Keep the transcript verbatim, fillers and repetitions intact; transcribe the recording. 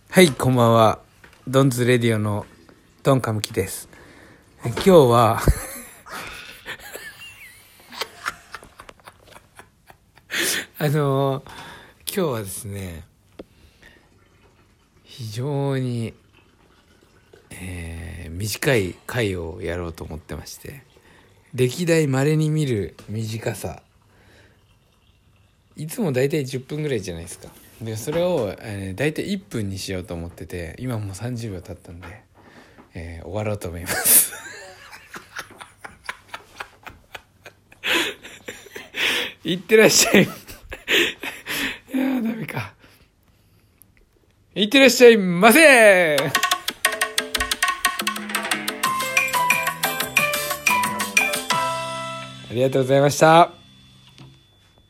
はい、こんばんは。ドンズレディオのドンカムキです。今日はあのー、今日はですね、非常に、えー、短い回をやろうと思ってまして、歴代稀に見る短さ。いつもだいたいじゅっぷんぐらいじゃないですか。でそれを、えー、だいたいいっぷんにしようと思ってて、今もうさんじゅうびょう経ったんで、えー、終わろうと思いますいってらっしゃいいやーダメか。いってらっしゃいませー。ありがとうございました。